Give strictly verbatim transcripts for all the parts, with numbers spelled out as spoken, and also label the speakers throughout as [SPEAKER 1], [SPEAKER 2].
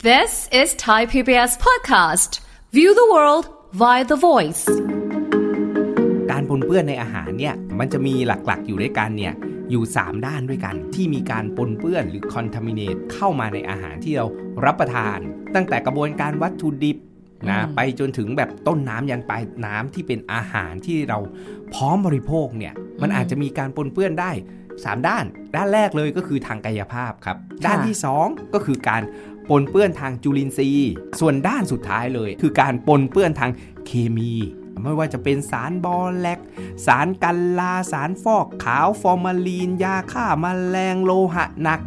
[SPEAKER 1] This is Thai พี บี เอส podcast. View the world via the voice.
[SPEAKER 2] การปนเปื้อนในอาหารเนี่ยมันจะมีหลักๆอยู่ด้วยกันเนี่ยอยู่สามด้านด้วยกันที่มีการปนเปื้อนหรือ contaminate เข้ามาในอาหารที่เรารับประทานตั้งแต่กระบวนการวัตถุดิบนะไปจนถึงแบบต้นน้ำยันปลายน้ำที่เป็นอาหารที่เราพร้อมบริโภคเนี่ยมันอาจจะมีการปนเปื้อนได้สามด้านด้านแรกเลยก็คือทางกายภาพครับด้านที่สองก็คือการปนเปื้อนทางจุลินทรีย์ส่วนด้านสุดท้ายเลยคือการปนเปื้อนทางเคมีไม่ว่าจะเป็นสารบอแลกสารกันลาสารฟอกขาวฟอร์มาลีนยาฆ่าแมลงโลหะหนัก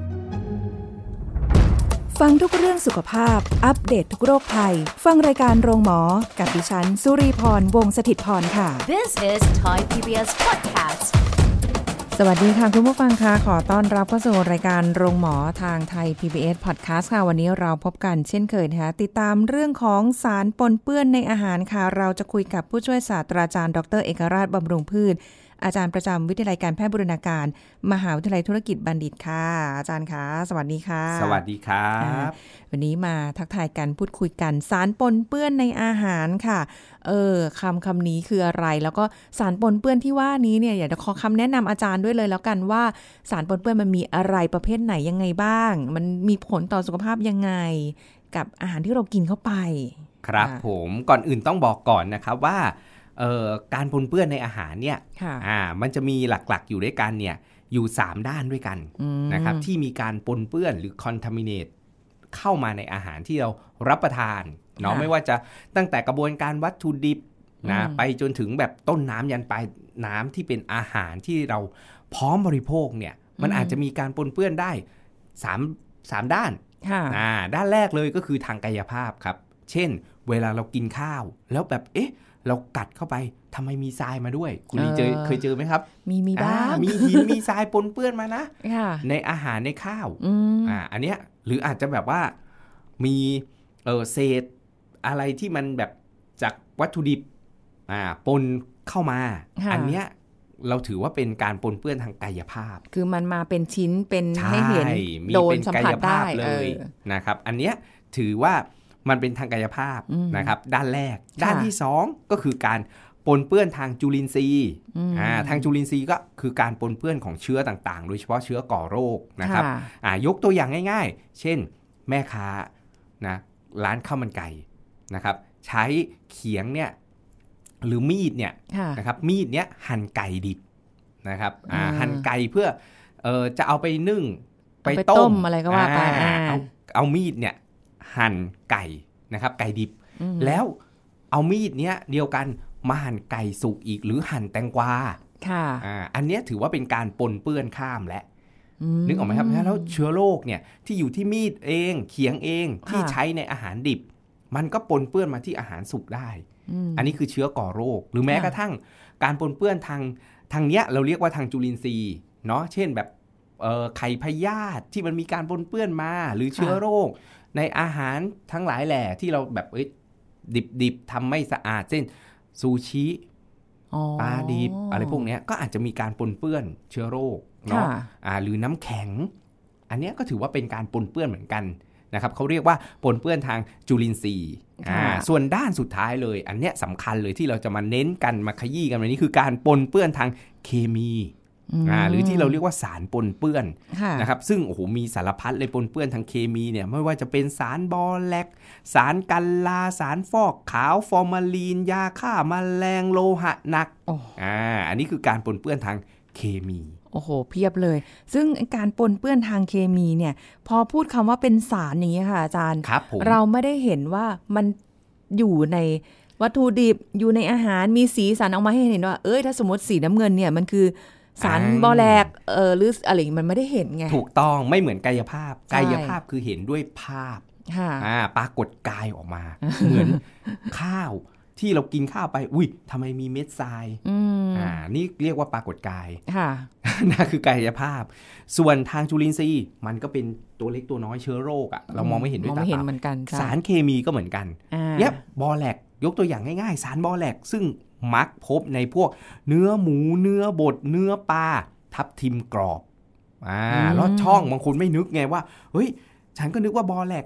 [SPEAKER 3] ฟังทุกเรื่องสุขภาพอัปเดต ท, ทุกโรคภัยฟังรายการโรงหมอกับดิฉันสุรีพรวงศ์สถิตพรค่ะ
[SPEAKER 1] This is Thai พี บี เอส podcast.
[SPEAKER 3] สวัสดีค่ะคุณผู้ฟังค่ะขอต้อนรับเข้าสู่รายการโรงหมอทางไทย พี บี เอส podcast ค่ะวันนี้เราพบกันเช่นเคยนะคะติดตามเรื่องของสารปนเปื้อนในอาหารค่ะเราจะคุยกับผู้ช่วยศาสตราจารย์ดรเอกราชบำรุงพืชอาจารย์ประจำวิทยาลัยการแพทย์บูรณาการมหาวิทยาลัยธุรกิจบัณฑิตค่ะอาจารย์คะสวัสดีค่ะ
[SPEAKER 2] สวัสดีครับ
[SPEAKER 3] วันนี้มาทักทายกันพูดคุยกันสารปนเปื้อนในอาหารค่ะเออคำคำนี้คืออะไรแล้วก็สารปนเปื้อนที่ว่านี้เนี่ยอยากจะขอคำแนะนำอาจารย์ด้วยเลยแล้วกันว่าสารปนเปื้อนมันมีอะไรประเภทไหนยังไงบ้างมันมีผลต่อสุขภาพยังไงกับอาหารที่เรากินเข้าไป
[SPEAKER 2] ครับผมก่อนอื่นต้องบอกก่อนนะครับว่าเอ่อการปนเปื้อนในอาหารเนี่ยอ่ามันจะมีหลักๆอยู่ด้วยกันเนี่ยอยู่สามด้านด้วยกันนะครับที่มีการปนเปื้อนหรือ contaminate เข้ามาในอาหารที่เรารับประทานเนาะไม่ว่าจะตั้งแต่กระบวนการวัตถุดิบนะไปจนถึงแบบต้นน้ำยันปลายน้ำที่เป็นอาหารที่เราพร้อมบริโภคเนี่ยมันอาจจะมีการปนเปื้อนได้สาม สามด้านอ่าด้านแรกเลยก็คือทางกายภาพครับเช่นเวลาเรากินข้าวแล้วแบบเอ๊ะเรากัดเข้าไปทำไมมีทรายมาด้วยคุณลีเจอเคยเจอไหมครับ
[SPEAKER 3] มีมีบ้าง
[SPEAKER 2] มีหินมีทรายปนเปื้อนมานะในอาหารในข้าวอ่าอันเนี้ยหรืออาจจะแบบว่ามีเออเศษอะไรที่มันแบบจากวัตถุดิบอ่าปนเข้ามาอันเนี้ยเราถือว่าเป็นการปนเปื้อนทางกายภาพ
[SPEAKER 3] คือมันมาเป็นชิ้นเป็นให้เห็นโดนสัมผัสได้
[SPEAKER 2] เลยนะครับอันเนี้ยถือว่ามันเป็นทางกายภาพนะครับด้านแรกด้านที่สองก็คือการปนเปื้อนทางจุลินทรีย์อ่าทางจุลินทรีย์ก็คือการปนเปื้อนของเชื้อต่างๆโดยเฉพาะเชื้อก่อโรคนะครับอ่ายกตัวอย่างง่ายๆเช่นแม่ค้านะร้านข้าวมันไก่นะครับใช้เขียงเนี่ยหรือมีดเนี่ยนะครับมีดเนี้ยหั่นไก่ดิบนะครับอ่าหั่นไก่เพื่อเอ่อจะเอาไปนึ่งไปต้ม
[SPEAKER 3] อะไรก็ว่าไป
[SPEAKER 2] เอาเอามีดเนี่ยหั่นไก่นะครับไก่ดิบแล้วเอามีดเนี้ยเดียวกันมาหั่นไก่สุกอีกหรือหั่นแตงกวา
[SPEAKER 3] ค่ะ
[SPEAKER 2] อ่าอันเนี้ยถือว่าเป็นการปนเปื้อนข้ามและนึกออกไหมครับแล้วเชื้อโรคเนี่ยที่อยู่ที่มีดเองเขียงเองที่ใช้ในอาหารดิบมันก็ปนเปื้อนมาที่อาหารสุกได้อันนี้คือเชื้อก่อโรคหรือแม้กระทั่งการปนเปื้อนทางทางเนี้ยเราเรียกว่าทางจุลินทรีย์เนาะเช่นแบบเอ่อไข่พยาธิที่มันมีการปนเปื้อนมาหรือเชื้อโรคในอาหารทั้งหลายแหล่ที่เราแบบเอ้ยดิบๆทำไม่สะอาดเช่นซูชิปลาดิบอะไรพวกนี้ก็อาจจะมีการปนเปื้อนเชื้อโรคเนาะอ่าหรือน้ำแข็งอันนี้ก็ถือว่าเป็นการปนเปื้อนเหมือนกันนะครับเขาเรียกว่าปนเปื้อนทางจุลินทรีย์อ่าส่วนด้านสุดท้ายเลยอันเนี้ยสำคัญเลยที่เราจะมาเน้นกันมาขยี้กันวันนี้คือการปนเปื้อนทางเคมีอ่าหรือที่เราเรียกว่าสารปนเปื้อนนะครับซึ่งโอ้โหมีสารพัดเลยปนเปื้อนทางเคมีเนี่ยไม่ว่าจะเป็นสารบอแลกสารกันลาสารฟอกขาวฟอร์มาลีนยาฆ่าแมลงโลหะหนักอ่าอันนี้คือการปนเปื้อนทางเคมี
[SPEAKER 3] โอ้โหเพียบเลยซึ่งการปนเปื้อนทางเคมีเนี่ยพอพูดคำว่าเป็นสารอย่างนี้ค่ะอาจารย์เราไม่ได้เห็นว่ามันอยู่ในวัตถุดิบอยู่ในอาหารมีสีสันออกมาให้เห็นว่าเอ้ยถ้าสมมติสีน้ำเงินเนี่ยมันคือสารบอแลกเออหรืออะไรมันไม่ได้เห็นไง
[SPEAKER 2] ถูกต้องไม่เหมือนกายภาพกายภาพคือเห็นด้วยภาพอ่าปรากฏกายออกมาเหมือนข้าวที่เรากินข้าวไปอุ้ยทำไมมีเม็ดทรายอ่านี่เรียกว่าปรากฏกายนั่นคือกายภาพส่วนทางจุลินทรีย์มันก็เป็นตัวเล็กตัวน้อยเชื้อโรคอ่ะเรามองไม่เห็นด้วยตาเปล่าสารเคมีก็เหมือนกันเนี่ยบอแลกยกตัวอย่างง่ายๆสารบอแลกซึ่งมักพบในพวกเนื้อหมูเนื้อบดเนื้อปลาทับทิมกรอบอ่าลอดช่องบางคนไม่นึกไงว่าเฮ้ยฉันก็นึกว่าบอแลกเนี่ย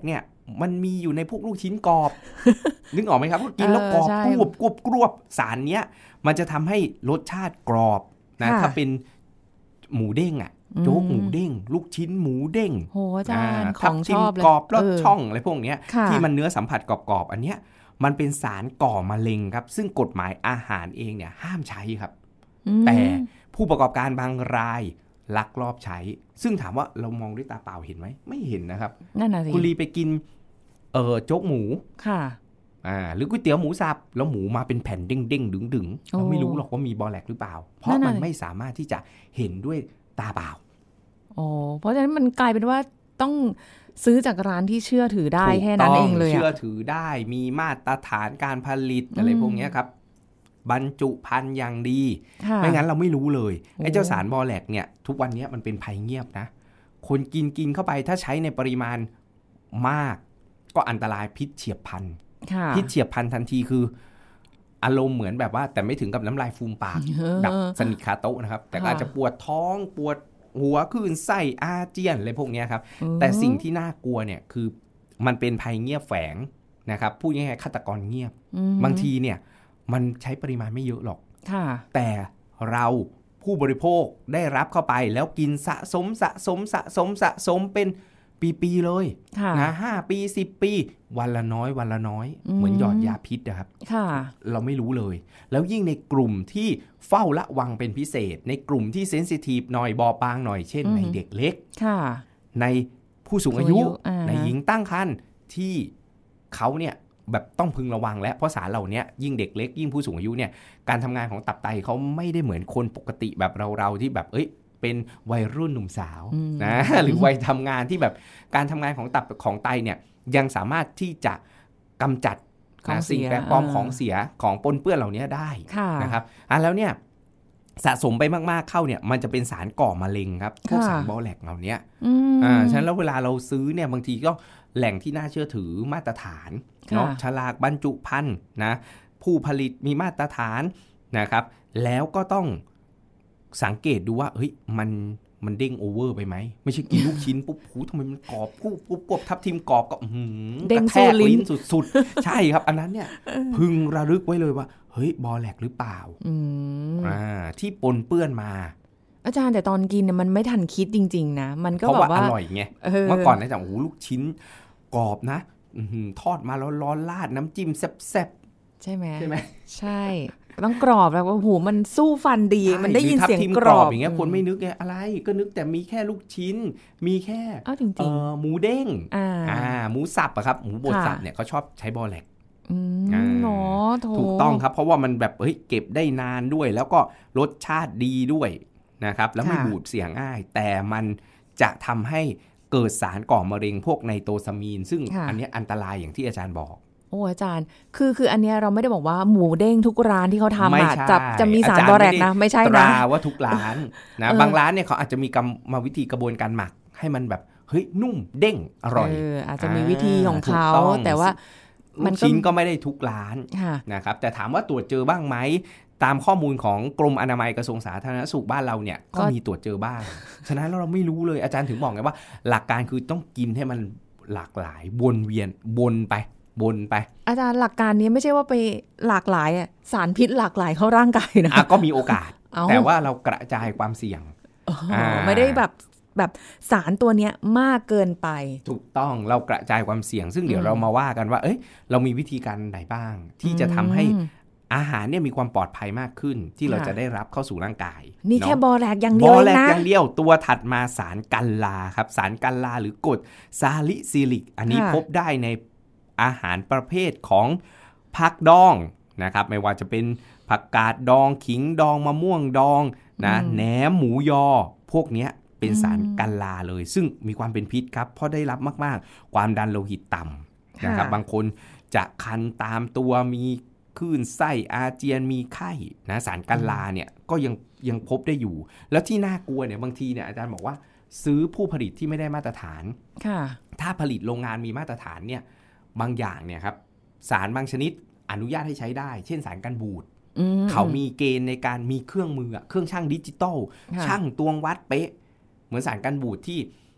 [SPEAKER 2] มันมีอยู่ในพวกลูกชิ้นกรอบ นึกออกไหมครับว่ากินแล้วกรอบกรวบกรวบกรวบสารเนี้ยมันจะทำให้รสชาติกรอบนะถ้าเป็นหมูเด้งอ่ะโจ๊กหมูเด้งลูกชิ้นหมูเด้ง
[SPEAKER 3] โหอาจารย์ของชอบเลย
[SPEAKER 2] กรอบลอดช่องอะไรพวกเนี้ยที่มันเนื้อสัมผัสกรอบๆอันเนี้ยมันเป็นสารก่อมะเร็งครับซึ่งกฎหมายอาหารเองเนี่ยห้ามใช้ครับแต่ผู้ประกอบการบางรายลักลอบใช้ซึ่งถามว่าเรามองด้วยตาเปล่าเห็นไหมไม่เห็นนะครับ
[SPEAKER 3] นั่นน่ะสิ
[SPEAKER 2] คุณลีไปกินเออโจ๊กหมู
[SPEAKER 3] ค่ะ
[SPEAKER 2] อ่าหรือก๋วยเตี๋ยวหมูสับแล้วหมูมาเป็นแผ่นเด้งๆดึงๆเราไม่รู้หรอกว่ามีบอแลกหรือเปล่าเพราะมันไม่สามารถที่จะเห็นด้วยตาเปล่า
[SPEAKER 3] โอ้เพราะฉะนั้นมันกลายเป็นว่าต้องซื้อจากร้านที่เชื่อถือได้แค่นั้นเองเลย
[SPEAKER 2] เชื่อถือได้มีมาตรฐานการผลิตอะไรพวกนี้ครับบรรจุภัณฑ์อย่างดีไม่งั้นเราไม่รู้เลยไอ้เจ้าสารบอแลกเนี่ยทุกวันนี้มันเป็นภัยเงียบนะคนกินกินเข้าไปถ้าใช้ในปริมาณมากก็อันตรายพิษเฉียบพลันพิษเฉียบพลันทันทีคืออารมณ์เหมือนแบบว่าแต่ไม่ถึงกับน้ำลายฟูมปากดับสนิทคาโต๊ะนะครับแต่อาจจะปวดท้องปวดหัวคลื่นไส้อาเจียนอะไรพวกนี้ครับแต่สิ่งที่น่ากลัวเนี่ยคือมันเป็นภัยเงียบแฝงนะครับพูดง่ายๆฆาตกรเงียบบางทีเนี่ยมันใช้ปริมาณไม่เยอะหรอกแต่เราผู้บริโภคได้รับเข้าไปแล้วกินสะสมสะสมสะสมสะสมเป็นปีๆเลยนะห้าปีสิบปีวันละน้อยวันละน้อยเหมือนหยอดยาพิษนะครับเราไม่รู้เลยแล้วยิ่งในกลุ่มที่เฝ้าระวังเป็นพิเศษในกลุ่มที่เซนซิทีฟหน่อยบอบบางหน่อยเช่นในเด็กเล็กในผู้สูงอายุในหญิงตั้งครรภ์ที่เขาเนี่ยแบบต้องพึงระวังและเพราะสารเหล่านี้ยิ่งเด็กเล็กยิ่งผู้สูงอายุเนี่ยการทำงานของตับไตเขาไม่ได้เหมือนคนปกติแบบเราๆที่แบบเอ้ยเป็นวัยรุ่นหนุ่มสาวนะหรือวัยทำงานที่แบบการทำงานของตับของไตเนี่ยยังสามารถที่จะกำจัดสิ่งแปลกปลอมของเสียของปนเปื้อนเหล่านี้ได้นะครับอ่ะแล้วเนี่ยสะสมไปมากๆเข้าเนี่ยมันจะเป็นสารก่อมะเร็งครับพวกสารบอแลกเหล่านี้อ่าฉะนั้นแล้วเวลาเราซื้อเนี่ยบางทีก็แหล่งที่น่าเชื่อถือมาตรฐานเนาะฉลากบรรจุภัณฑ์นะผู้ผลิตมีมาตรฐานนะครับแล้วก็ต้องสังเกตดูว่าเฮ้ยมันมันเด้งโอเวอร์ไปไหมไม่ใช่กินลูกชิ้นปุ๊บหูทำไมมันกรอบปุ๊บปุ๊บกบทับทิมกรอบก็กระแทกลิ้นสุดๆใช่ครับอันนั้นเนี่ยพึงระลึกไว้เลยว่าเฮ้ยบอแลกหรือเปล่าอ่าที่ปนเปื้อนมา
[SPEAKER 3] อาจารย์แต่ตอนกินเนี่ยมันไม่ทันคิดจริงๆนะมันก็แบบว่า
[SPEAKER 2] อร่อยไงเมื่อก่อนนะจ๊ะโอ้โหลูกชิ้นกรอบนะทอดมาร้อนๆราดน้ำจิ้มแซ่บๆ
[SPEAKER 3] ใช่ไหม
[SPEAKER 2] ใช่ไหม
[SPEAKER 3] ใช่ต้องกรอบแล้วว่าหูมันสู้ฟันดีมันได้ยินเสียงกรอบ
[SPEAKER 2] อย่างเงี้ยคนไม่นึกไงอะไรก็นึกแต่มีแค่ลูกชิ้นมีแค่หมูเด้งอ่าหมูสับอะครับหมูบดสับเนี่ยเขาชอบใช้บอแลกถูกต้องครับเพราะว่ามันแบบเฮ้ยเก็บได้นานด้วยแล้วก็รสชาติดีด้วยนะครับแล้วไม่บูดเสียง่ายแต่มันจะทำให้เกิดสารก่อมะเร็งพวกไนโตซามีนซึ่งอันนี้อันตรายอย่างที่อาจารย์บอก
[SPEAKER 3] โอ้อาจารย์คือคืออันนี้เราไม่ได้บอกว่าหมูเด้งทุกร้านที่เขาทำอ่ะจะจะมีสารบอแลกนะไม่ใช่นะ
[SPEAKER 2] ตราว่าทุกร้านนะบางร้านเนี่ยเขาอาจจะมีกรรมวิธีกระบวนการหมักให้มันแบบเฮ้ยนุ่มเด้งอร่อย
[SPEAKER 3] เอออาจจะมีวิธีของเขาแต่ว่า
[SPEAKER 2] มันชิ้นก็ไม่ได้ทุกร้านนะครับแต่ถามว่าตรวจเจอบ้างไหมตามข้อมูลของกรมอนามัยกระทรวงสาธารณสุขบ้านเราเนี่ยก็มีตรวจเจอบ้างฉะนั้นเราไม่รู้เลยอาจารย์ถึงบอกไงว่าหลักการคือต้องกินให้มันหลากหลายวนเวียนวนไปบนไป
[SPEAKER 3] อาจารย์หลักการนี้ไม่ใช่ว่าไปหลากหลายอ่ะสารพิษหลากหลายเข้าร่างกายนะ
[SPEAKER 2] อ่ะก็มีโอกาส แต่ว่าเรากระจายความเสี่ยง
[SPEAKER 3] ไม่ได้แบบแบบสารตัวเนี้ยมากเกินไป
[SPEAKER 2] ถูกต้องเรากระจายความเสี่ยงซึ่งเดี๋ยวเรามาว่ากันว่าเอ้ยเรามีวิธีการไหนบ้างที่จะทำให้อาหารเนี่ยมีความปลอดภัยมากขึ้นที่เราจะได้รับเข้าสู่ร่างกาย
[SPEAKER 3] นี่แค่บอแลกอย่างเดียวนะ
[SPEAKER 2] บอแลกอย่างเดียวตัวถัดมาสารกัลลาครับสารกัลลาหรือกรดซาลิซิลิกอันนี้พบได้ในอาหารประเภทของผักดองนะครับไม่ว่าจะเป็นผักกาดดองขิงดองมะม่วงดองนะแหนมหมูยอพวกนี้เป็นสารกัลลาเลยซึ่งมีความเป็นพิษครับเพราะได้รับมากๆความดันโลหิตต่ำนะครับบางคนจะคันตามตัวมีคลื่นไส้อาเจียนมีไข้นะสารกัลลาเนี่ยก็ยังยังพบได้อยู่แล้วที่น่ากลัวเนี่ยบางทีเนี่ยอาจารย์บอกว่าซื้อผู้ผลิตที่ไม่ได้มาตรฐานถ้าผลิตโรงงานมีมาตรฐานเนี่ยบางอย่างเนี่ยครับสารบางชนิดอนุญาตให้ใช้ได้เช่นสารกันบูดเขามีเกณฑ์ในการมีเครื่องมือเครื่องชั่งดิจิตอลชั่งตวงวัดเป๊ะเหมือนสารกันบูดที่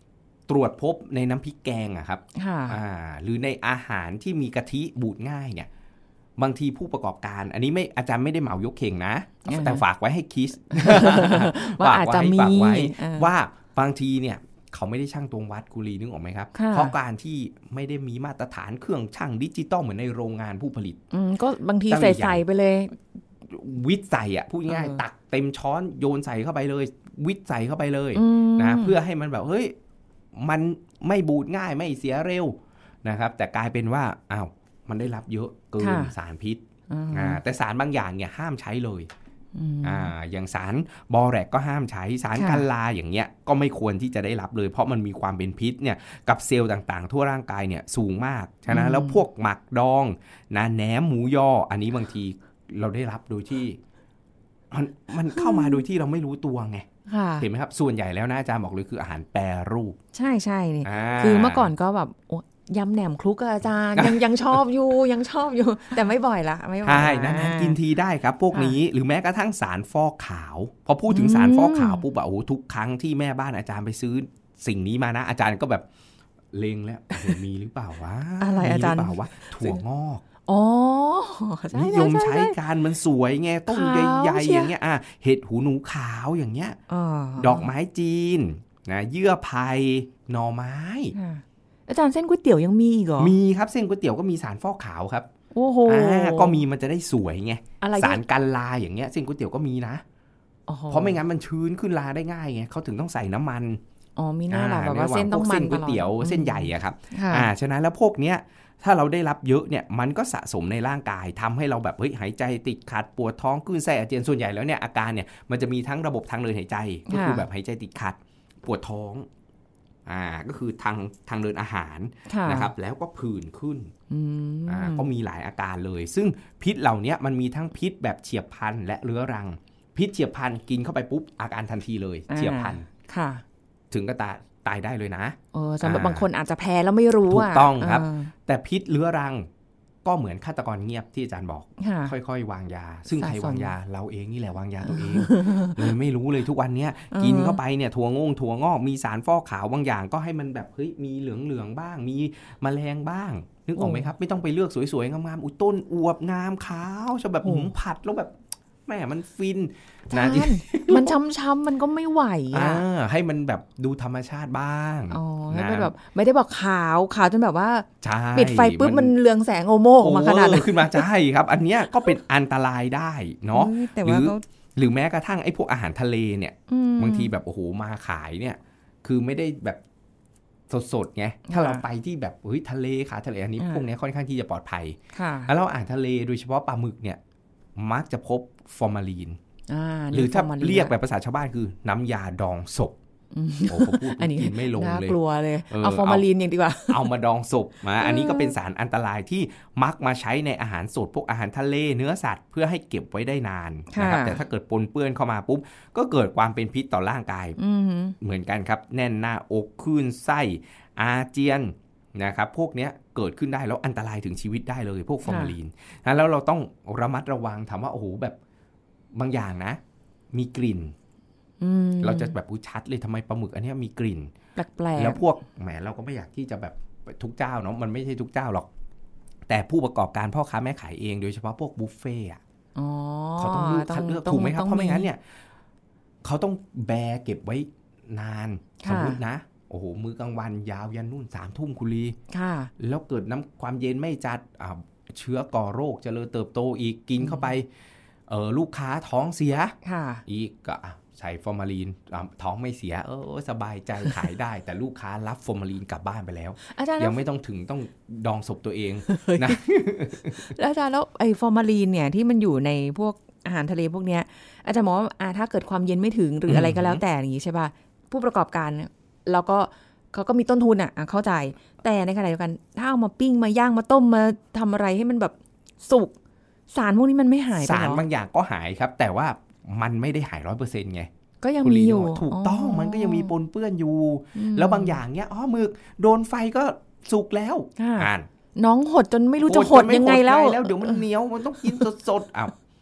[SPEAKER 2] ตรวจพบในน้ำพริกแกงอะครับอ่าหรือในอาหารที่มีกะทิบูดง่ายเนี่ยบางทีผู้ประกอบการอันนี้ไม่อาจารย์ไม่ได้เหมายกเข่งนะแต่ฝากไว้ให้คิด
[SPEAKER 3] ว่าอาจจะมี
[SPEAKER 2] ว่าบางทีเนี่ยเขาไม่ได้ช่างตวงวัดกุลีนึกออกไหมครับเพราะการที่ไม่ได้มีมาตรฐานเครื่องช่างดิจิตอลเหมือนในโรงงานผู้ผลิต
[SPEAKER 3] ก็บางทีใส่ๆไปเลย
[SPEAKER 2] วิทย์ใส่อ่ะพูดง่ายตักเต็มช้อนโยนใส่เข้าไปเลยวิทย์ใส่เข้าไปเลยนะเพื่อให้มันแบบเฮ้ยมันไม่บูดง่ายไม่เสียเร็วนะครับแต่กลายเป็นว่าอ้าวมันได้รับเยอะเกินสารพิษอ่าแต่สารบางอย่างเนี่ยห้ามใช้เลยอ่าอย่างสารบอแรกก็ห้ามใช้สารกันลาอย่างเงี้ยก็ไม่ควรที่จะได้รับเลยเพราะมันมีความเป็นพิษเนี่ยกับเซลล์ต่างๆทั่วร่างกายเนี่ยสูงมากฉะนั้นแล้วพวกหมักดองนะแหนมหมูยออันนี้บางทีเราได้รับโดยที่มันมันเข้ามาโดยที่เราไม่รู้ตัวไงเห็นไหมครับส่วนใหญ่แล้วนะอาจารย์บอกเลยคืออาหารแปรรูป
[SPEAKER 3] ใช่ใช่นี่คือเมื่อก่อนก็แบบยำแหนมคลุกอาจารย์ยังยังชอบอยู่ยังชอบอยู่แต่ไม่บ่อยละไม่บ่อย
[SPEAKER 2] ใช่นานๆกินทีได้ครับพวกนี้หรือแม้กระทั่งสารฟอกขาวพอพูดถึงสารฟอกขาวปุ๊บแบบโอ้ทุกครั้งที่แม่บ้านอาจารย์ไปซื้อสิ่งนี้มานะอาจารย์ก็แบบเลงแล้วมีหรือเปล่าวะ
[SPEAKER 3] อะไรอาจารย์
[SPEAKER 2] มีหรือเปล่าวะถั่วงอก
[SPEAKER 3] อ๋อ
[SPEAKER 2] นิยมใช้การมันสวยไงต้นใหญ่ๆอย่างเงี้ยอ่ะเห็ดหูหนูขาวอย่างเงี้ยดอกไม้จีนนะเยื่อไผ่หน่อไม้
[SPEAKER 3] อาจารย์เส้นก๋วยเตี๋ยวยังมีอีกเหรอ
[SPEAKER 2] มีครับเส้นก๋วยเตี๋ยวก็มีสารฟอกขาวครับ
[SPEAKER 3] โอ้โห
[SPEAKER 2] ก็มีมันจะได้สวยไงสารกันลาอย่างเงี้ยเส้นก๋วยเตี๋ยวก็มีนะเพราะไม่งั้นมันชื้นขึ้นลาได้ง่ายไงเขาถึงต้องใส่น้ำมัน
[SPEAKER 3] อ๋อมีหน้าเราแบบว่าเส้นต้องมัน
[SPEAKER 2] เส้นก๋วยเตี๋ยวเส้นใหญ่อะครับอ่าฉะนั้นแล้วพวกเนี้ยถ้าเราได้รับเยอะเนี่ยมันก็สะสมในร่างกายทำให้เราแบบเฮ้ยหายใจติดขัดปวดท้องคลื่นไส้อาเจียนส่วนใหญ่แล้วเนี่ยอาการเนี่ยมันจะมีทั้งระบบทางเดินหายใจก็คือแบบหายใจติดขัดปวดท้องอ่าก็คือทางทางเดินอาหารนะครับแล้วก็ผื่นขึ้นอ่าก็มีหลายอาการเลยซึ่งพิษเหล่านี้มันมีทั้งพิษแบบเฉียบพลันและเรื้อรังพิษเฉียบพลันกินเข้าไปปุ๊บอาการทันทีเลยเฉียบพลันถึงก็ตายตายได้เลยนะ
[SPEAKER 3] เออสำหรับบางคนอาจจะแพ้แล้วไม่รู้
[SPEAKER 2] อ่ะถูกต้องครับแต่พิษเรื้อรังก็เหมือนฆาตกรเงียบที่อาจารย์บอกค่อยๆวางยาซึ่งใครวางยาเราเองนี่แหละวางยาตัวเองเลยไม่รู้เลยทุกวันนี้กินเข้าไปเนี่ยถั่วงงถั่วงอกมีสารฟอกขาวบางอย่างก็ให้มันแบบเฮ้ยมีเหลืองๆบ้างมีแมลงบ้างนึกออกไหมครับไม่ต้องไปเลือกสวยๆงามๆอุ้ยต้นอวบงามขาวจะแบบหุมผัดแล้วแบบแม่มันฟิน
[SPEAKER 3] นะมันช้ำๆมันก็ไม่ไหวอ่ะ
[SPEAKER 2] ให้มันแบบดูธรรมชาติบ้าง
[SPEAKER 3] อ๋อให้มันแบบไม่ได้บอกขาวขาวจนแบบว่าปิดไฟปุ๊บมันเรืองแสงโอโมออกมาขนาดนั้น
[SPEAKER 2] ขึ้นมาใช่ครับอันเนี้ยก็เป็นอันตรายได้เนาะหรือหรือแม้กระทั่งไอ้พวกอาหารทะเลเนี่ยบางทีแบบโอ้โหมาขายเนี่ยคือไม่ได้แบบสดๆไงถ้าเราไปที่แบบเฮ้ยทะเลขาทะเลอันนี้พวกนี้ค่อนข้างที่จะปลอดภัยแล้วอาหารทะเลโดยเฉพาะปลาหมึกเนี่ยมักจะพบฟอร์มาลีนหรือถ้าเรียกแบบภาษาชาวบ้านคือน้ำยาดองศพโอ้ผมพูดกินไม่ลงเลย
[SPEAKER 3] น่ากลัวเลยเอาฟอร์มาลีนอย่างดีกว่า
[SPEAKER 2] เอามาดองศพมาอันนี้ก็เป็นสารอันตรายที่มักมาใช้ในอาหารสดพวกอาหารทะเลเนื้อสัตว์เพื่อให้เก็บไว้ได้นานนะครับแต่ถ้าเกิดปนเปื้อนเข้ามาปุ๊บก็เกิดความเป็นพิษต่อร่างกายเหมือนกันครับแน่นหน้าอกคลื่นไส้อาเจียนนะครับพวกนี้เกิดขึ้นได้แล้วอันตรายถึงชีวิตได้เลยพวกฟอร์มาลีนนะแล้วเราต้องระมัดระวังถามว่าโอ้โหแบบบางอย่างนะมีกลิ่นเราจะแบบอุ้ยชัดเลยทำไมปลาหมึกอันนี้มีกลิ่น
[SPEAKER 3] แปลกๆ
[SPEAKER 2] แล้วพวกแหมเราก็ไม่อยากที่จะแบบทุกเจ้าเนาะมันไม่ใช่ทุกเจ้าหรอกแต่ผู้ประกอบการพ่อค้าแม่ขายเองโดยเฉพาะพวกบุฟเฟ่อะเขาต้องเลือกคัดเลือกถูกไหมครับเพราะไม่งั้นเนี่ยเขาต้องแบร์เก็บไว้นานสมมตินะโอ้โหมื้อกลางวันยาวยันนู่นสามทุ่มคุรีแล้วเกิดน้ำความเย็นไม่จัดเชื้อก่อโรคเจริญเติบโตอีกกินเข้าไปเออลูกค้าท้องเสียอีกก็ใส่ฟอร์มาลีนท้องไม่เสียเออสบายใจขายได้ แต่ลูกค้ารับฟอร์มาลีนกลับบ้านไปแล้วยังไม่ต้องถึงต้องดองศพตัวเองนะ
[SPEAKER 3] อาจารย์แล้วไอ้ฟอร์มาลีนเนี่ยที่มันอยู่ในพวกอาหารทะเลพวกเนี้ยอาจารย์บอกว่าถ้าเกิดความเย็นไม่ถึงหรืออะไรก็แล้วแต่อย่างนี้ใช่ป่ะผู้ประกอบการแล้วก็เขาก็มีต้นทุนอ่ะเข้าใจแต่ในขณะเดียวกันถ้าเอามาปิ้งมาย่างมาต้มมาทำอะไรให้มันแบบสุกสารพวกนี้มันไม่หายไปหรอ
[SPEAKER 2] สารบางอย่างก็หายครับแต่ว่ามันไม่ได้หาย ร้อยเปอร์เซ็นต์ ไง
[SPEAKER 3] ก็ยังมีอยู่
[SPEAKER 2] ถูกต้องมันก็ยังมีปนเปื้อนอยู่แล้วบางอย่างเนี้ยอ๋อหมึกโดนไฟก็สุกแล้ว
[SPEAKER 3] อ่านน้องหดจนไม่รู้จะหดยังไงแล้ว
[SPEAKER 2] แล้วเดี๋ยวมันเหนียวมันต้องกินสดๆอ้าว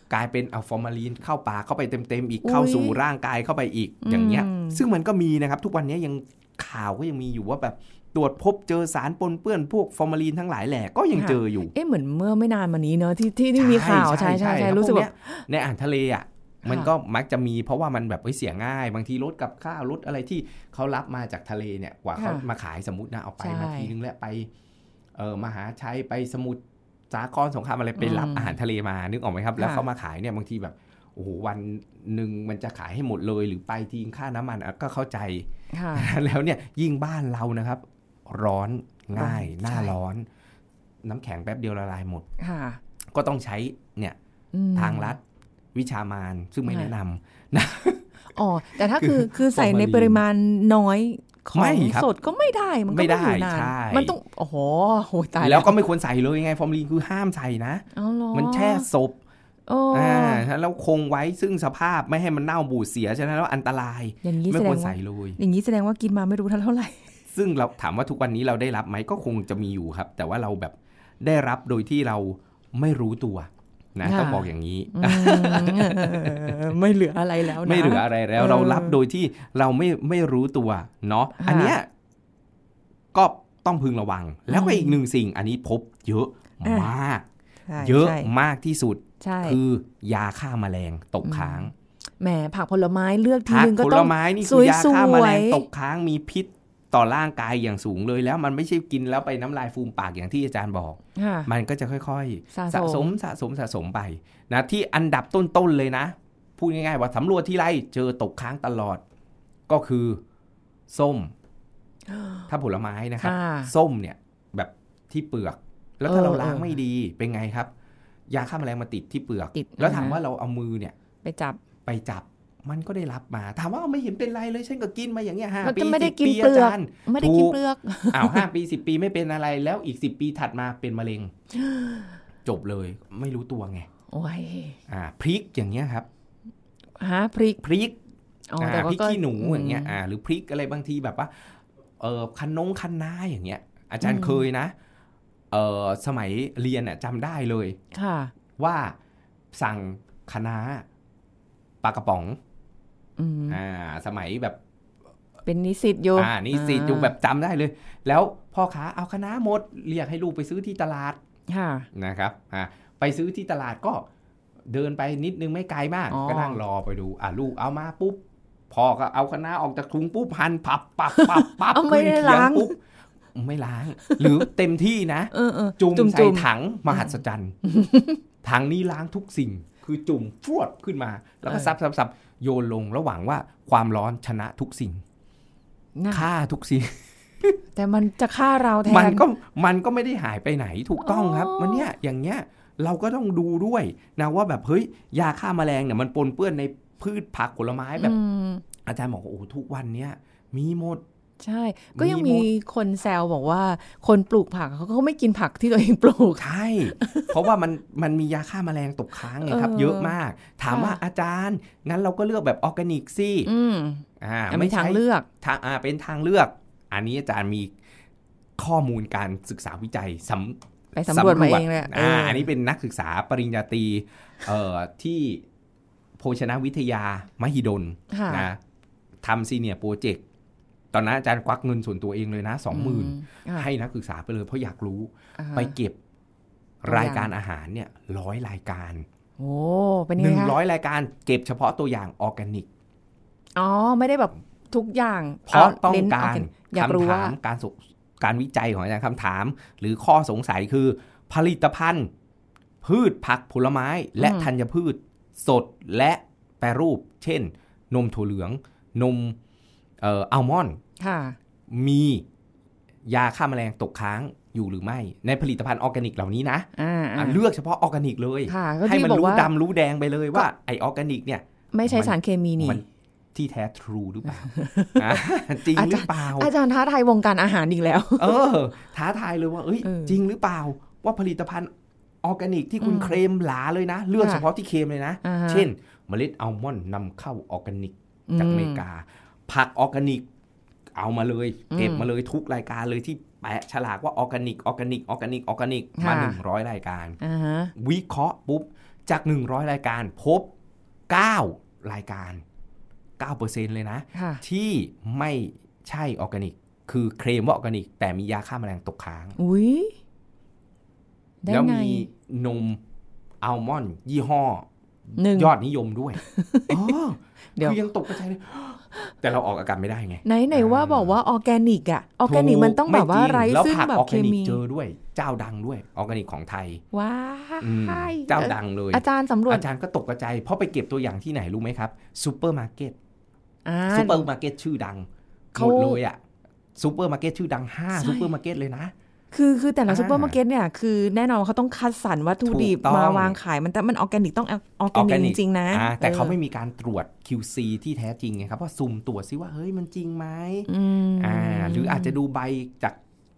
[SPEAKER 2] กลายเป็นเอาฟอร์มาลีนเข้าปากเข้าไปเต็มๆอีกเข้าสู่ร่างกายเข้าไปอีกอย่างเงี้ยซึ่งมันก็มีนะครับทุกวันนี้ยังข่าวก็ยังมีอยู่ว่าแบบตรวจพบเจอสารปนเปื้อนพวกฟอร์มาลีนทั้งหลายแหล่ก็ยังเจออยู่
[SPEAKER 3] เอ๊ะเหมือนเมื่อไม่นานมานี้เนอะที่ที่มีข่าวใช่ใช่ใช่รู้สึกว่า
[SPEAKER 2] ในอ่างทะเลอ่ะมันก็มักจะมีเพราะว่ามันแบบเสียง่ายบางทีรถกับข้าวรถอะไรที่เขารับมาจากทะเลเนี่ยกว่าเขามาขายสมมุตินะเอาไปมาทีนึงแล้วไปเออมหาชัยไปสมุทรสาครสงครามอะไรไปรับอาหารทะเลมานึกออกไหมครับแล้วเขามาขายเนี่ยบางทีแบบโอ้โหวันหนึ่งมันจะขายให้หมดเลยหรือไปทิ้งค่าน้ำมันก็เข้าใจแล้วเนี่ยยิ่งบ้านเรานะครับร้อนง่ายหน้าร้อนน้ำแข็งแป๊บเดียวละลายหมดก็ต้องใช้เนี่ยทางลัดวิชามานซึ่งไม่แนะนำนะ
[SPEAKER 3] อ๋อแต่ถ้าคือคือใส่ในปริมาณน้อยของสดก็ไม่ได้มันก็ไม่อยู่นานมันต้องโอ้โหโหตาย
[SPEAKER 2] แล้วก็ไม่ควรใส่เลยไงฟอร์มาลีนคือห้ามใส่นะมันแช่ศพอ่าแล้วคงไว้ซึ่งสภาพไม่ให้มันเน่าบูดเสียฉะนั้นแล้วอันตรายไม่ควรใส่เลย
[SPEAKER 3] อย่างนี้แสดงว่ากินมาไม่รู้เท่าไหร่
[SPEAKER 2] ซึ่งเราถามว่าทุกวันนี้เราได้รับไหมก็คงจะมีอยู่ครับแต่ว่าเราแบบได้รับโดยที่เราไม่รู้ตัวนะต้องบอกอย่างนี้
[SPEAKER 3] ไม่เหลืออะไรแล้วนะ
[SPEAKER 2] ไม่เหลืออะไรแล้วเรารับโดยที่เราไม่ไม่รู้ตัวเนาะอันเนี้ยก็ต้องพึงระวังแล้วก็อีกหนึ่งสิ่งอันนี้พบเยอะมากเยอะมากที่สุดคือยาฆ่าแมลงตกค้าง
[SPEAKER 3] แหมผักผลไม้เลือกทีนึงก็ต้อง
[SPEAKER 2] ผักผลไม้นี่คือยาฆ่าแมลงตกค้างมีพิษต่อร่างกายอย่างสูงเลยแล้วมันไม่ใช่กินแล้วไปน้ำลายฟูมปากอย่างที่อาจารย์บอกมันก็จะค่อยๆสะสมสะสมสะสมไปนะที่อันดับต้นๆเลยนะพูดง่ายๆว่าสำรวจที่ไรเจอตกค้างตลอดก็คือส้มถ้าผลไม้นะครับส้มเนี่ยแบบที่เปลือกแล้วถ้าเราล้างไม่ดีเป็นไงครับยาฆ่าแมลงมาติดที่เปลือกแล้วถามว่าเราเอามือเนี่ย
[SPEAKER 3] ไปจับ
[SPEAKER 2] ไปจับมันก็ได้รับมาถามว่าไม่เห็นเป็นไรเลยฉันก็กินมาอย่างเงี้ยห้าปี
[SPEAKER 3] สิบปีอาจารย์ไม่ได้กินเปลือก
[SPEAKER 2] อ้าวห้าปีสิบปีไม่เป็นอะไรแล้วอีกสิบปีถัดมาเป็นมะเร็งจบเลยไม่รู้ตัวไง
[SPEAKER 3] โอ้ย
[SPEAKER 2] อ่าพริกอย่างเงี้ยครับ
[SPEAKER 3] ฮะพริก
[SPEAKER 2] พริกอ๋อแต่พริกขี้หนูอย่างเงี้ยอ่าหรือพริกอะไรบางทีแบบว่าเออคันนงคันน้าอย่างเงี้ยอาจารย์เคยนะเออสมัยเรียนอ่ะจำได้เลย
[SPEAKER 3] ค่ะ
[SPEAKER 2] ว่าสั่งคะน้าปลากระป๋องอ่าสมัยแบบ
[SPEAKER 3] เป็นนิสิตอยู่
[SPEAKER 2] อ่านิสิตอยู่แบบจำได้เลยแล้วพ่อค้าเอาคะน้าหมดเรียกให้ลูกไปซื้อที่ตลาด
[SPEAKER 3] ค่ะ
[SPEAKER 2] นะครับอ่าไปซื้อที่ตลาดก็เดินไปนิดนึงไม่ไกลมากก็นั่งรอไปดูอ่าลูกเอามาปุ๊บพ่อก็เอาคะน้าออกจากถุงปุ๊บหั่นปับปับปับปับ
[SPEAKER 3] ขึ้นเคียงปุ๊บ
[SPEAKER 2] ไม่ล้างหรือเต็มที่นะจุ่มใส่ถังมหัศจรรย์ถังนี้ล้างทุกสิ่งคือจุ่มฟวดขึ้นมาแล้วก็ซับซับซับโยนลงระหว่างว่าความร้อนชนะทุกสิ่งฆ่าทุกสิ่ง
[SPEAKER 3] แต่มันจะฆ่าเราแทน
[SPEAKER 2] มันก็มันก็ไม่ได้หายไปไหนถูกต้องครับมันเนี้ยอย่างเงี้ยเราก็ต้องดูด้วยนะว่าแบบเฮ้ยยาฆ่าแมลงเนี่ยมันปนเปื้อนในพืชผักผลไม้แบบอาจารย์บอกว่าโอ้ทุกวันเนี้ยมีหมด
[SPEAKER 3] ใช่ก็ยังมีคนแซวบอกว่าคนปลูกผักเขาก็ไม่กินผักที่ตัวเองปลูก
[SPEAKER 2] ใช่เพราะว่ามันมันมียาฆ่าแมลงตกค้างไงครับเยอะมากถามว่าอาจารย์งั้นเราก็เลือกแบบออร์แกนิกสิ
[SPEAKER 3] อ่าไม่ทางเลือก
[SPEAKER 2] ทางอ่าเป็นทางเลือกอันนี้อาจารย์มีข้อมูลการศึกษาวิจัยสำ
[SPEAKER 3] ไปสำรวจมาเองเลย
[SPEAKER 2] อ่าอันนี้เป็นนักศึกษาปริญญาตรีเอ่อที่โภชนาวิทยามหิดลนะทำซีเนียร์โปรเจกต์ตอนนั้นอาจารย์ควักเงินส่วนตัวเองเลยนะ สองหมื่น ให้นักศึกษาไปเลยเพราะอยากรู้ไปเก็บรายการอาหารเนี่ยร้อยรายการ
[SPEAKER 3] โอ้เป็นไงคะ
[SPEAKER 2] หนึ่งร้อยรายการเก็บเฉพาะตัวอย่างออร์แกนิก
[SPEAKER 3] อ๋อไม่ได้แบบทุกอย่าง
[SPEAKER 2] เพราะต้องการคำถามการการวิจัยของอาจารย์คำถามหรือข้อสงสัยคือผลิตภัณฑ์พืชผักผลไม้และธัญพืชสดและแปรรูปเช่นนมถั่วเหลืองนมเอ่ออัลมอนด์มียาฆ่าแมลงตกค้างอยู่หรือไม่ในผลิตภัณฑ์ออร์แกนิกเหล่านี้นะเลือกเฉพาะออร์แกนิกเลยให้มันรู้ดำรู้แดงไปเลยว่าไอออร์แกนิกเนี่ย
[SPEAKER 3] ไม่ใช้สารเคมีนี่
[SPEAKER 2] ที่แท้ทรูหรือเปล่าจริงหรือเปล่า
[SPEAKER 3] อาจารย์ท้าทายวงการอาหารอีกแล้ว
[SPEAKER 2] เออท้าทายเลยว่าเอ้ยจริงหรือเปล่าว่าผลิตภัณฑ์ออร์แกนิกที่คุณเคลมหลาเลยนะเลือกเฉพาะที่เคลมเลยนะเช่นเมล็ดอัลมอนด์นำเข้าออร์แกนิกจากอเมริกาผักออร์แกนิกเอามาเลยเก็บมาเลยทุกรายการเลยที่แปะฉลากว่าออร์แกนิกออร์แกนิกออร์แกนิกออร์แกนิกมาหนึ่งร้อยรายการวิเคราะห์ปุ๊บจากหนึ่งร้อยรายการพบเก้ารายการ เก้าเปอร์เซ็นต์ เลยนะที่ไม่ใช่ออร์แกนิกคือเคลมว่าออร์แกนิกแต่มียาฆ่าแมลงตกค้าง
[SPEAKER 3] อุ๊ย
[SPEAKER 2] แล้วมีนมอัลมอนด์ยี่ห้อยอดนิยมด้วยอ๋อเดี๋ยวยังตกกระจายเลยแต่เราออกอากาศไม่ได้ไง
[SPEAKER 3] ไหนๆว่าบอกว่าออร์แกนิกอ่ะออร์แกนิกมันต้องแบบว่าไร้ซึ่งแบบเคมี
[SPEAKER 2] เจอด้วยเจ้าดังด้วยออร์แกนิกของไทย
[SPEAKER 3] ว้า
[SPEAKER 2] เจ้าดังเลย
[SPEAKER 3] อาจารย์สำรวจ
[SPEAKER 2] อาจารย์ก็ตกกระจายเพราะไปเก็บตัวอย่างที่ไหนรู้ไหมครับซูเปอร์มาร์เก็ตซูเปอร์มาร์เก็ตชื่อดังหมดเลยอ่ะซูเปอร์มาร์เก็ตชื่อดังห้าซูเปอร์มาร์เก็ตเลยนะ
[SPEAKER 3] คือคือแต่ละซูเปอร์มาร์เก็ตเนี่ยคือแน่นอนเขาต้องคัดสรรวัตถุดิบมาวางขายมันแต่มันออร์แกนิกต้องออร์แกนิกจริงๆนะ
[SPEAKER 2] แต่เขาไม่มีการตรวจ คิว ซี ที่แท้จริงไงครับว่าซุ่มตรวจซิว่าเฮ้ยมันจริงไหมอ่าหรืออาจจะดูใบจาก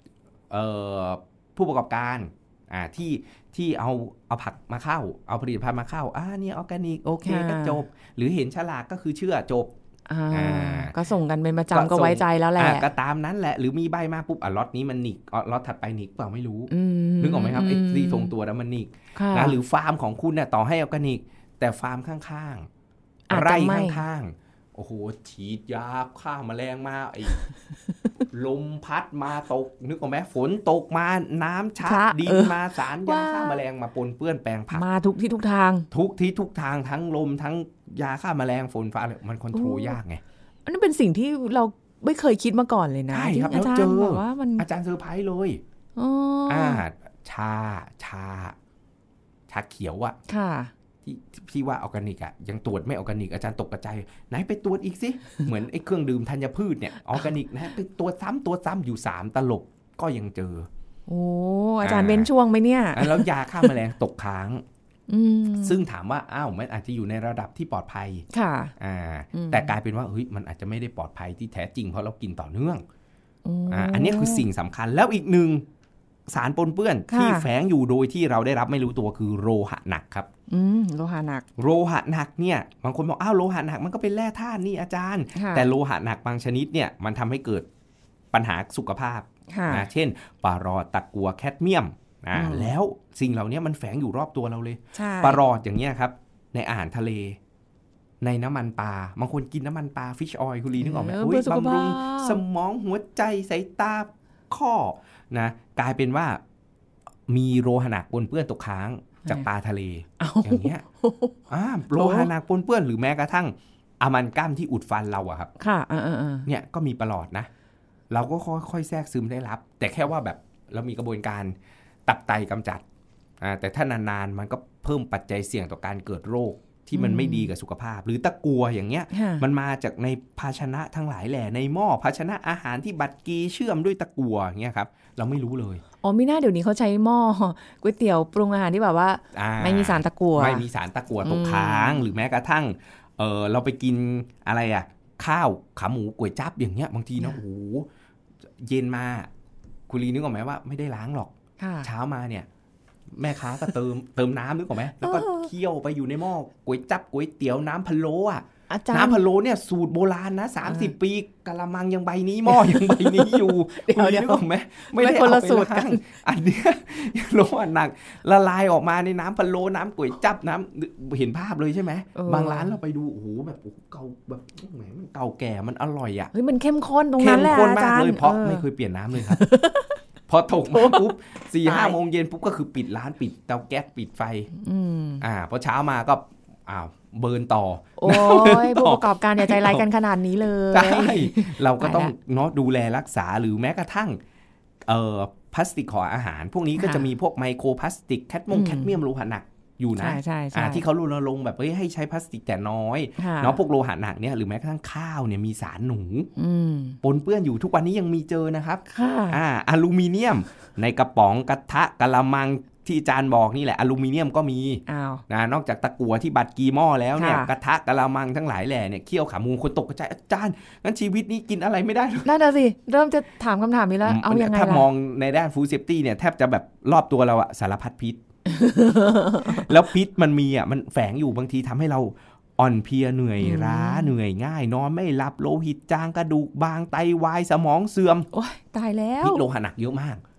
[SPEAKER 2] ผู้ประกอบการอ่าที่ที่เอาเอาผักมาเข้าเอาผลิตภัณฑ์มาเข้าอ่าเนี่ยออร์แกนิกโอเคก็จบหรือเห็นฉลากก็คือเชื่อจบ
[SPEAKER 3] ก็ส่งกันเป็นประจำก็ไว้ใจแล้วแหละ
[SPEAKER 2] ก็ตามนั้นแหละหรือมีใบมาปุ๊บอ่ะล็อตนี้มันหนิกล็อตถัดไปหนิกเปล่าไม่รู้นึกออกไหมครับไอ้ที่ส่งตัวแล้วมันหนิกนะหรือฟาร์มของคุณเนี่ยต่อให้ออร์แกนิกแต่ฟาร์มข้างๆไร่ข้างๆโอ้โหฉีดยาฆ่าแมลงมาไอ้ลมพัดมาตกนึกออกไหมฝนตกมาน้ำชัดดินมาสารยาฆ่าแมลงมาปนเปื้อนแปลงผัก
[SPEAKER 3] มาทุกที่ทุกทาง
[SPEAKER 2] ทุกที่ทุกทางทั้งลมทั้งยาฆ่าแมลงฝนฟ้ามันคอนโทรลยากไง
[SPEAKER 3] อันนี้เป็นสิ่งที่เราไม่เคยคิดมาก่อนเลยนะ
[SPEAKER 2] ใช่ครับแล้วเจอว่ามันอาจารย์เซอร์ไพรส์เลยอ่าชาชาชาเขียวอะ
[SPEAKER 3] ค่ะ
[SPEAKER 2] ที่ที่ว่าออร์แกนิกอะยังตรวจไม่ออร์แกนิกอาจารย์ตกกระจายไหนไปตรวจอีกสิ เหมือนไอ้เครื่องดื่มธัญพืชเนี่ยออร์แกนิกนะไปตรวจซ้ำตรวจซ้ำอยู่สามตลบก็ยังเจอ
[SPEAKER 3] โอ้อาจารย์เว้นช่วงไหมเนี่ย
[SPEAKER 2] แล้วยาฆ่าแมลงตกค้างซึ่งถามว่าอ้าวมันอาจจะอยู่ในระดับที่ปลอดภัย
[SPEAKER 3] ค่ะ
[SPEAKER 2] อ่าแต่กลายเป็นว่าเฮ้ยมันอาจจะไม่ได้ปลอดภัยที่แท้จริงเพราะเรากินต่อเนื่องอ่าอันนี้คือสิ่งสำคัญแล้วอีกหนึ่งสารปนเปื้อนที่แฝงอยู่โดยที่เราได้รับไม่รู้ตัวคือโลหะหนักครับ
[SPEAKER 3] อืมโลหะหนัก
[SPEAKER 2] โลหะหนักเนี่ยบางคนบอกอ้าวโลหะหนักมันก็เป็นแร่ธาตุนี่อาจารย์แต่โลหะหนักบางชนิดเนี่ยมันทำให้เกิดปัญหาสุขภาพนะเช่นปารอตะกัวแคดเมียมอ่าแล้วสิ่งเหล่านี้มันแฝงอยู่รอบตัวเราเลยปลารอดอย่างเงี้ยครับในอาหารทะเลในน้ำมันปลาบางคนกินน้ำมันปลาฟิชออยล์คุณลีนึกออกไหมอุ้ยบำรุงสมองหัวใจสายตาข้อนะกลายเป็นว่ามีโลหะหนักปนเปื้อนตกค้างจากปลาทะเลอย่างเงี้ยอ่าโลหะหนักปนเปื้อนหรือแม้กระทั่งอะมันกัมที่อุดฟันเราอะครับ
[SPEAKER 3] ค่ะ
[SPEAKER 2] เนี่ยก็มีปลอดนะเราก็ค่อยๆแทรกซึมได้รับแต่แค่ว่าแบบเรามีกระบวนการตับไตกำจัดอ่าแต่ถ้านานๆมันก็เพิ่มปัจจัยเสี่ยงต่อการเกิดโรคที่มันไม่ดีกับสุขภาพหรือตะกัวอย่างเงี้ยมันมาจากในภาชนะทั้งหลายแหล่ในหม้อภาชนะอาหารที่บัดกีเชื่อมด้วยตะกัวอย่างเงี้ยครับเราไม่รู้เลย
[SPEAKER 3] อ๋อมีหน้าเดี๋ยวนี้เขาใช้หม้อก๋วยเตี๋ยวปรุงอาหารที่แบบว่าไม่มีสารตะกัว
[SPEAKER 2] ไม่มีสารตะกัวตกค้างหรือแม้กระทั่งเออเราไปกินอะไรอ่ะข้าวขาหมูก๋วยจั๊บอย่างเงี้ยบางทีนะโอ้โหเย็นมาคุณลีนึกออกไหมว่าไม่ได้ล้างหรอกเช้ามาเนี่ยแม่ค้าก็เติมเติมน้ำนึกออกไหมแล้วก็เคี่ยวไปอยู่ในหม้อก๋วยจั๊บก๋วยเตี๋ยวน้ำพะโล้อ่ะน้ำพะโล้เนี่ยสูตรโบราณนะสามสิบปีกะละมังยังใบนี้หม้อยังใบนี้อยู่คุณนึกออกไหมไม่ได้เอาไปล้างอันเนี้ยโลหะหนักละลายออกมาในน้ำพะโล้น้ำก๋วยจั๊บน้ำเห็นภาพเลยใช่ไหมบางร้านเราไปดูโอ้โหแบบเก่าแบบแหมมันเก่าแก่มันอร่อยอ่ะ
[SPEAKER 3] เฮ้ยมันเข้มข้นตรงนั้นแหละอาจารย์
[SPEAKER 2] เพราะไม่เคยเปลี่ยนน้ำเลยครับพอตกมาปุ๊บสี่ห้าโมงเย็นปุ๊บก็คือปิดร้านปิดเตาแก๊สปิดไฟอ่าพอเช้ามาก็อ้าวเบิร์นต่อ
[SPEAKER 3] โอ้ยผู้ประกอบการอย่าใจร้ายกันขนาดนี้เลย
[SPEAKER 2] ใช่เราก็ต้องเนาะดูแลรักษาหรือแม้กระทั่งเอ่อพลาสติกห่ออาหารพวกนี้ก็จะมีพวกไมโครพลาสติกแคดมงแคดเมียมโลหะหนักอยู่นะที่เขารณรงค์แบบเฮ้ยให้ใช้พลาสติกแต่น้อยเนาะพวกโลหะหนักเนี่ยหรือแม้กระทั่งข้าวเนี่ยมีสารหนูปนเปื้อนอยู่ทุกวันนี้ยังมีเจอนะครับอ่าอลูมิเนียมในกระป๋องกระทะกะละมังที่อาจารย์บอกนี่แหละอลูมิเนียมก็มีนะนอกจากตะกั่วที่บัดกีหม้อแล้วเนี่ยกระทะกะละมังทั้งหลายแหล่เนี่ยเคี่ยวขาหมูคนตกกระจายอาจารย์งั้นชีวิตนี้กินอะไรไม่ได้เลย
[SPEAKER 3] นั่นน่ะสิเริ่มจะถามคำถามนี้แล้วเอายังไงล่ะ
[SPEAKER 2] ถ้ามองในด้านฟู้ดเซฟตี้เนี่ยแทบจะแบบรอบตัวเราอะสารพัดพิษ แล้วพิษมันมีอะมันแฝงอยู่บางทีทำให้เราอ่อนเพลียเหนื่อยล้าเหนื่อยง่ายนอนไม่หลับโลหิตจางกระดูกบางไตวายสมองเสื่อม
[SPEAKER 3] โอ๊ยตายแล้ว
[SPEAKER 2] พิษโลหะหนักเยอะมาก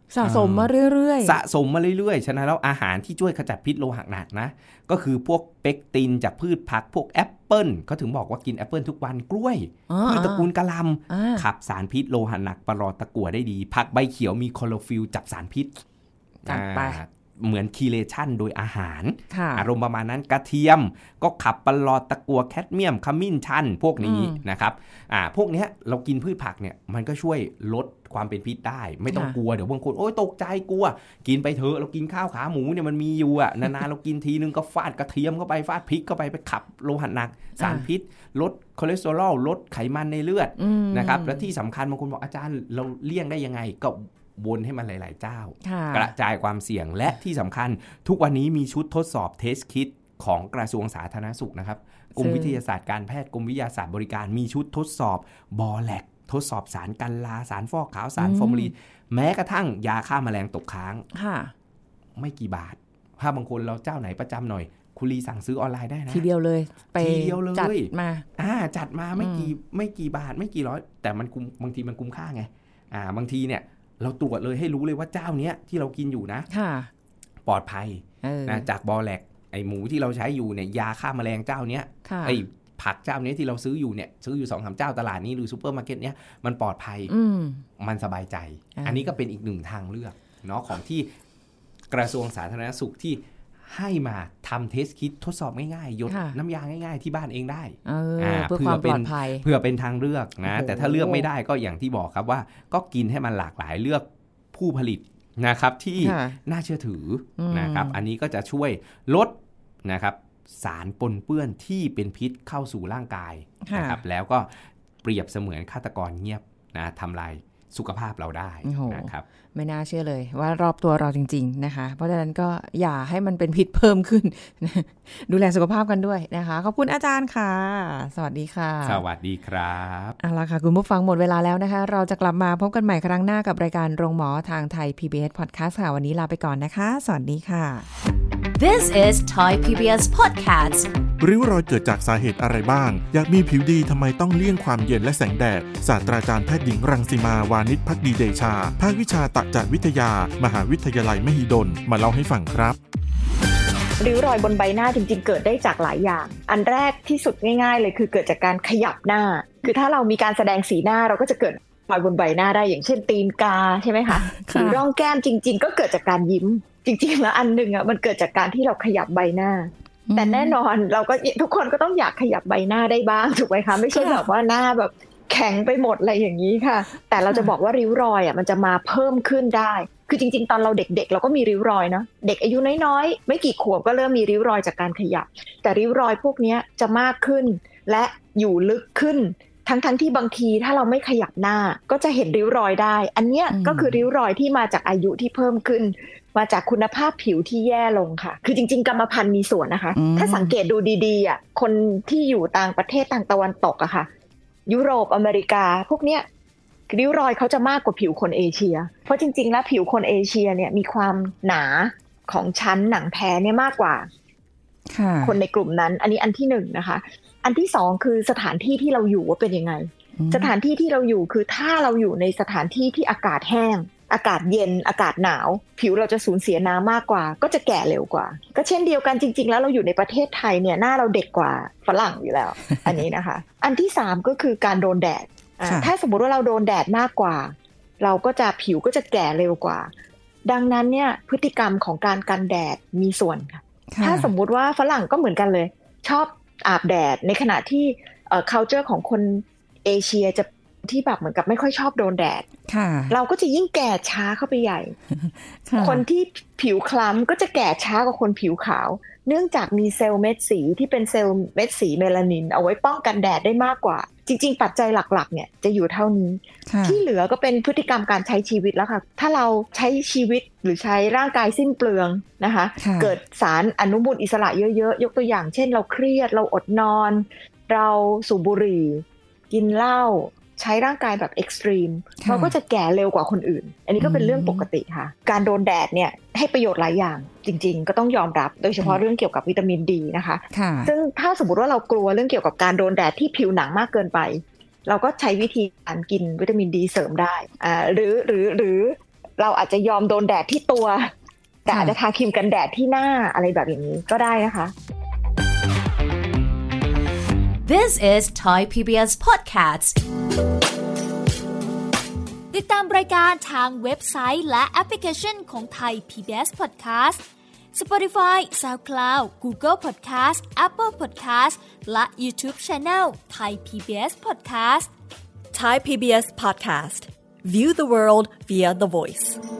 [SPEAKER 3] สะสมมาเรื่อย
[SPEAKER 2] ๆสะสมมาเรื่อยๆฉะนั้นแล้วอาหารที่ช่วยขจัดพิษโลหะหนักนะก็คือพวกเปกตินจากพืชผักพวกแอปเปิ้ลเขาถึงบอกว่ากินแอปเปิ้ลทุกวันกล้วยพืชตระกูลกะหล่ำขับสารพิษโลหะหนักปลอดตะกั่วได้ดีผักใบเขียวมีคลอโรฟิลจับสารพิษ
[SPEAKER 3] จัดไป
[SPEAKER 2] เหมือนคีเลชันโดยอาหารอารมณ์ประมาณนั้นกระเทียมก็ขับปลอดตะกั่วแคดเมียมขมิ้นชันพวกนี้นะครับอ่าพวกเนี้ยเรากินพืชผักเนี่ยมันก็ช่วยลดความเป็นพิษได้ไม่ต้องกลัวเดี๋ยวบางคนโอ๊ยตกใจกลัวกินไปเถอะเรากินข้าวขาหมูเนี่ยมันมีอยู่อ่ะนานๆเรากินทีนึงก็ฟาดกระเทียมเข้าไปฟาดพริกเข้าไปไปขับโลหะหนักสารพิษลดคอเลสเตอรอลลดไขมันในเลือดนะครับและที่สำคัญบางคนบอกอาจารย์เราเลี่ยงได้ยังไงก็วนให้มันหลายๆเจ้ากระจายความเสี่ยงและที่สำคัญทุกวันนี้มีชุดทดสอบเทสคิทของกระทรวงสาธารณสุขนะครับกรมวิทยาศาสตร์การแพทย์กรมวิทยาศาสตร์บริการมีชุดทดสอบบอแลกทดสอบสารกันราสารฟอกขาวสารฟอร์มาลีนแม้กระทั่งยาฆ่าแมลงตกค้างไม่กี่บาทถ้าบางคนเราเจ้าไหนประจำหน่อยคุณลีสั่งซื้อออนไลน์ได้นะ
[SPEAKER 3] ทีเดียวเลยไปจัดมา
[SPEAKER 2] อ่าจัดมาไม่กี่ไม่กี่บาทไม่กี่ร้อยแต่มันคุ้มบางทีมันคุ้มค่าไงอ่าบางทีเนี่ยเราตรวจเลยให้รู้เลยว่าเจ้าเนี้ยที่เรากินอยู่นะปลอดภัยนะจากบอแลกไอหมูที่เราใช้อยู่เนี่ยยาฆ่าแมลงเจ้าเนี้ยไอผักเจ้านี้ที่เราซื้ออยู่เนี่ยซื้ออยู่ สองถึงสาม เจ้าตลาดนี้หรือซูเปอร์มาร์เก็ตเนี้ยมันปลอดภัยมันสบายใจ อ, อันนี้ก็เป็นอีกหนึ่งทางเลือกเนาะของที่กระทรวงสาธารณสุขที่ให้มาทำเทสคิททดสอบง่ายๆหยดน้ำยาง่ายๆที่บ้านเองได้
[SPEAKER 3] เพื่อความปลอดภัย
[SPEAKER 2] เพื่อเป็นทางเลือกนะแต่ถ้าเลือกไม่ได้ก็อย่างที่บอกครับว่าก็กินให้มันหลากหลายเลือกผู้ผลิตนะครับที่น่าเชื่อถือนะครับอันนี้ก็จะช่วยลดนะครับสารปนเปื้อนที่เป็นพิษเข้าสู่ร่างกายนะครับแล้วก็เปรียบเสมือนฆาตกรเงียบนะทำลายสุขภาพเราได้นะครับ
[SPEAKER 3] ไม่น่าเชื่อเลยว่ารอบตัวเราจริงๆนะคะเพราะฉะนั้นก็อย่าให้มันเป็นพิษเพิ่มขึ้นดูแลสุขภาพกันด้วยนะคะขอบคุณอาจารย์ค่ะสวัสดีค่ะ
[SPEAKER 2] สวัสดีครับ
[SPEAKER 3] เอาล่ะค่ะคุณผู้ฟังหมดเวลาแล้วนะคะเราจะกลับมาพบกันใหม่ครั้งหน้ากับรายการโรงหมอทางไทย พี บี เอส Podcast ค่ะวันนี้ลาไปก่อนนะคะสวัสดีค่ะ
[SPEAKER 1] This is Thai พี บี เอส Podcast
[SPEAKER 4] ริ้วรอยเกิดจากสาเหตุอะไรบ้างอยากมีผิวดีทำไมต้องเลี่ยงความเย็นและแสงแดดศาสตราจารย์แพทย์หญิงรังสีมาวานิชภักดีเดชาภาควิชาตจักรวิทยามหาวิทยาลัยมหิดลมาเล่าให้ฟังครับ
[SPEAKER 5] ริ้วรอยบนใบหน้าจริงๆเกิดได้จากหลายอย่างอันแรกที่สุดง่ายๆเลยคือเกิดจากการขยับหน้าคือถ้าเรามีการแสดงสีหน้าเราก็จะเกิดรอยบนใบหน้าได้อย่างเช่นตีนกาใช่ไหมคะหรือร่องแก้มจริงๆก็เกิดจากการยิ้มจริงๆแล้วอันนึงอ่ะมันเกิดจากการที่เราขยับใบหน้าแต่แน่นอนเราก็ทุกคนก็ต้องอยากขยับใบหน้าได้บ้างถูกไหมคะไม่ใช่แบบว่าหน้าแบบแข็งไปหมดอะไรอย่างนี้ค่ะแต่เราจะบอกว่าริ้วรอยอ่ะมันจะมาเพิ่มขึ้นได้คือจริงๆตอนเราเด็กๆเราก็มีริ้วรอยเนาะเด็กอายุน้อยๆไม่กี่ขวบก็เริ่มมีริ้วรอยจากการขยับแต่ริ้วรอยพวกนี้จะมากขึ้นและอยู่ลึกขึ้นทั้งๆที่บางทีถ้าเราไม่ขยับหน้าก็จะเห็นริ้วรอยได้อันเนี้ยก็คือริ้วรอยที่มาจากอายุที่เพิ่มขึ้นมาจากคุณภาพผิวที่แย่ลงค่ะคือจริงๆกรรมพันธุ์มีส่วนนะคะถ้าสังเกตดูดีๆอ่ะคนที่อยู่ต่างประเทศต่างตะวันตกอะค่ะยุโรปอเมริกาพวกเนี้ยริ้วรอยเขาจะมากกว่าผิวคนเอเชียเพราะจริงๆแล้วผิวคนเอเชียเนี่ยมีความหนาของชั้นหนังแท้เนี่ยมากกว่าคนในกลุ่มนั้นอันนี้อันที่หนึ่งนะคะอันที่สองคือสถานที่ที่เราอยู่ว่าเป็นยังไงสถานที่ที่เราอยู่คือถ้าเราอยู่ในสถานที่ที่อากาศแห้งอากาศเย็นอากาศหนาวผิวเราจะสูญเสียน้ำมากกว่าก็จะแก่เร็วกว่าก็เช่นเดียวกันจริงๆแล้วเราอยู่ในประเทศไทยเนี่ยหน้าเราเด็กกว่าฝรั่งอยู่แล้ว อันนี้นะคะอันที่สามก็คือการโดนแดดถ้าสมมติว่าเราโดนแดดมากกว่าเราก็จะผิวก็จะแก่เร็วกว่าดังนั้นเนี่ยพฤติกรรมของการกันแดดมีส่วนค่ะถ้าสมมุติว่าฝรั่งก็เหมือนกันเลยชอบอาบแดดในขณะที่เอ่อ culture ของคนเอเชียจะที่แบบเหมือนกับไม่ค่อยชอบโดนแดดเราก็จะยิ่งแก่ช้าเข้าไปใหญ่ คนที่ผิวคล้ำก็จะแก่ช้ากว่าคนผิวขาวเนื่องจากมีเซลล์เม็ดสีที่เป็นเซลล์เม็ดสีเมลานินเอาไว้ป้องกันแดดได้มากกว่าจริงๆปัจจัยหลักๆเนี่ยจะอยู่เท่านี้ที่เหลือก็เป็นพฤติกรรมการใช้ชีวิตแล้วค่ะถ้าเราใช้ชีวิตหรือใช้ร่างกายสิ้นเปลืองนะคะเกิดสารอนุมูลอิสระเยอะๆยกตัวอย่างเช่นเราเครียดเราอดนอนเราสูบบุหรี่กินเหล้าใช้ร่างกายแบบเอ็กซ์ตรีมเราก็จะแก่เร็วกว่าคนอื่นอันนี้ก็เป็นเรื่องปกติค่ะการโดนแดดเนี่ยให้ประโยชน์หลายอย่างจริงๆก็ต้องยอมรับโดยเฉพาะเรื่องเกี่ยวกับวิตามินดีนะคะซึ่งถ้าสมมติว่าเรากลัวเรื่องเกี่ยวกับการโดนแดดที่ผิวหนังมากเกินไปเราก็ใช้วิธีการกินวิตามินดีเสริมได้อ่าหรือหรือหรือเราอาจจะยอมโดนแดดที่ตัวแต่อาจจะทาครีมกันแดดที่หน้าอะไรแบบนี้ก็ได้นะคะ
[SPEAKER 1] This is Thai พี บี เอส Podcast
[SPEAKER 6] ติดตามรายการทางเว็บไซต์และแอปพลิเคชันของ Thai พี บี เอส Podcast Spotify, SoundCloud, Google Podcast, Apple Podcast และ YouTube Channel Thai พี บี เอส Podcast
[SPEAKER 7] Thai พี บี เอส Podcast View the world via the voice